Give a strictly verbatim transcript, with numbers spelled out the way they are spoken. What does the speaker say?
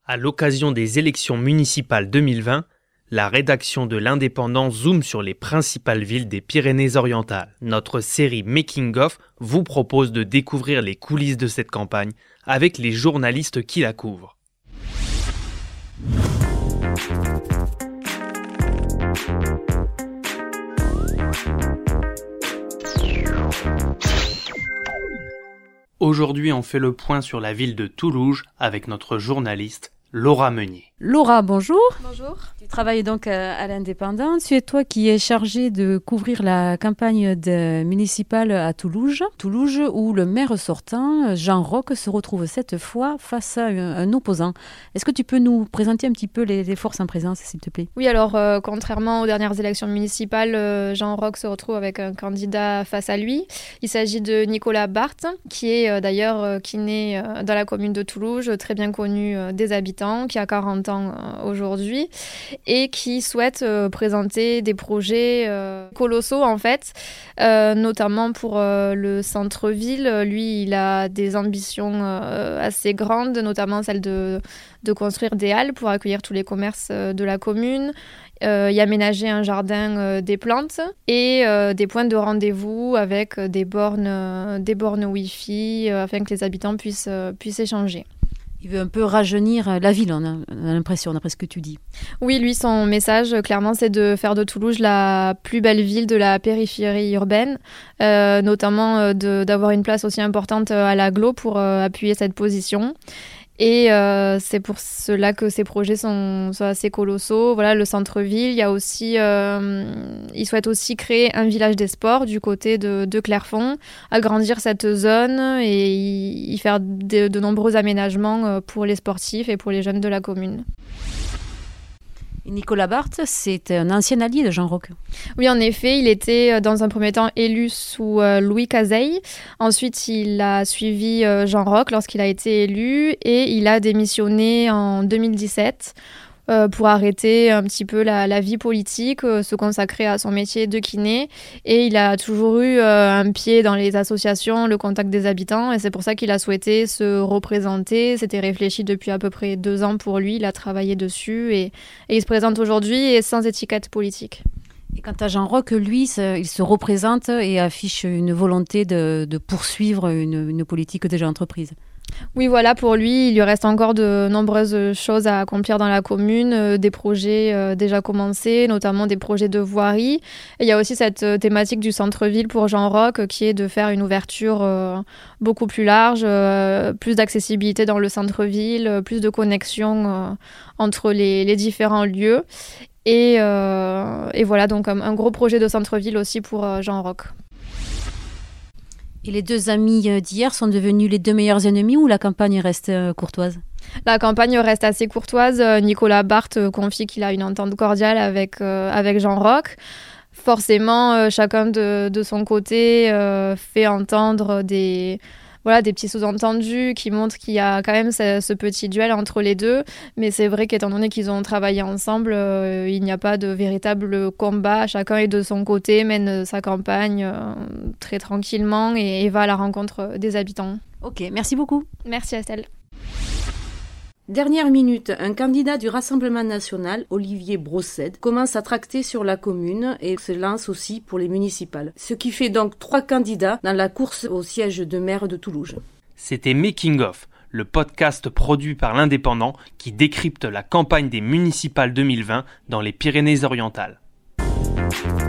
À l'occasion des élections municipales deux mille vingt, la rédaction de l'Indépendant zoome sur les principales villes des Pyrénées-Orientales. Notre série Making of vous propose de découvrir les coulisses de cette campagne avec les journalistes qui la couvrent. Aujourd'hui, on fait le point sur la ville de Toulouse avec notre journaliste Laura Meunier. Laura, bonjour. Bonjour. Tu travailles donc à l'Indépendant. C'est toi qui es chargée de couvrir la campagne de municipale à Toulouse. Toulouse où le maire sortant, Jean Roch, se retrouve cette fois face à un, un opposant. Est-ce que tu peux nous présenter un petit peu les, les forces en présence, s'il te plaît ? Oui, alors euh, contrairement aux dernières élections municipales, euh, Jean Roch se retrouve avec un candidat face à lui. Il s'agit de Nicolas Barthes, qui est euh, d'ailleurs euh, qui naît euh, dans la commune de Toulouse, très bien connu euh, des habitants, qui a quarante ans euh, aujourd'hui, et qui souhaite euh, présenter des projets euh, colossaux en fait, euh, notamment pour euh, le centre-ville. Lui, il a des ambitions euh, assez grandes, notamment celle de, de construire des halles pour accueillir tous les commerces euh, de la commune, euh, y aménager un jardin euh, des plantes et euh, des points de rendez-vous avec euh, des bornes, euh, des bornes Wi-Fi euh, afin que les habitants puissent, euh, puissent échanger. Il veut un peu rajeunir la ville, on a, on a l'impression, d'après ce que tu dis. Oui, lui, son message, clairement, c'est de faire de Toulouse la plus belle ville de la périphérie urbaine, euh, notamment euh, de, d'avoir une place aussi importante à l'agglo pour euh, appuyer cette position. Et euh, c'est pour cela que ces projets sont, sont assez colossaux. Voilà, le centre-ville, il y a aussi, euh, il souhaite aussi créer un village des sports du côté de, de Clairefonds, agrandir cette zone et y, y faire de, de nombreux aménagements pour les sportifs et pour les jeunes de la commune. Nicolas Barthes, c'est un ancien allié de Jean Roch. Oui, en effet, il était dans un premier temps élu sous euh, Louis Cazeille. Ensuite, il a suivi euh, Jean Roch lorsqu'il a été élu et il a démissionné en deux mille dix-sept euh, pour arrêter un petit peu la, la vie politique, euh, se consacrer à son métier de kiné. Et il a toujours eu euh, un pied dans les associations, le contact des habitants et c'est pour ça qu'il a souhaité se représenter. C'était réfléchi depuis à peu près deux ans pour lui, il a travaillé dessus et, et il se présente aujourd'hui et sans étiquette politique. Et quant à Jean Roch, lui, il se représente et affiche une volonté de, de poursuivre une, une politique déjà entreprise. Oui, voilà, pour lui, il lui reste encore de nombreuses choses à accomplir dans la commune, euh, des projets euh, déjà commencés, notamment des projets de voirie. Et il y a aussi cette euh, thématique du centre-ville pour Jean Roch, euh, qui est de faire une ouverture euh, beaucoup plus large, euh, plus d'accessibilité dans le centre-ville, euh, plus de connexion euh, entre les, les différents lieux. Et, euh, et voilà, donc un, un gros projet de centre-ville aussi pour euh, Jean Roch. Et les deux amis d'hier sont devenus les deux meilleurs ennemis ou la campagne reste courtoise ? La campagne reste assez courtoise. Nicolas Barthes confie qu'il a une entente cordiale avec, euh, avec Jean Roch. Forcément, euh, chacun de, de son côté euh, fait entendre des... Voilà, des petits sous-entendus qui montrent qu'il y a quand même ce, ce petit duel entre les deux. Mais c'est vrai qu'étant donné qu'ils ont travaillé ensemble, euh, il n'y a pas de véritable combat. Chacun est de son côté, mène sa campagne euh, très tranquillement et, et va à la rencontre des habitants. Ok, merci beaucoup. Merci Estelle. Dernière minute, un candidat du Rassemblement national, Olivier Brossed, commence à tracter sur la commune et se lance aussi pour les municipales. Ce qui fait donc trois candidats dans la course au siège de maire de Toulouse. C'était Making of, le podcast produit par l'Indépendant qui décrypte la campagne des municipales deux mille vingt dans les Pyrénées-Orientales.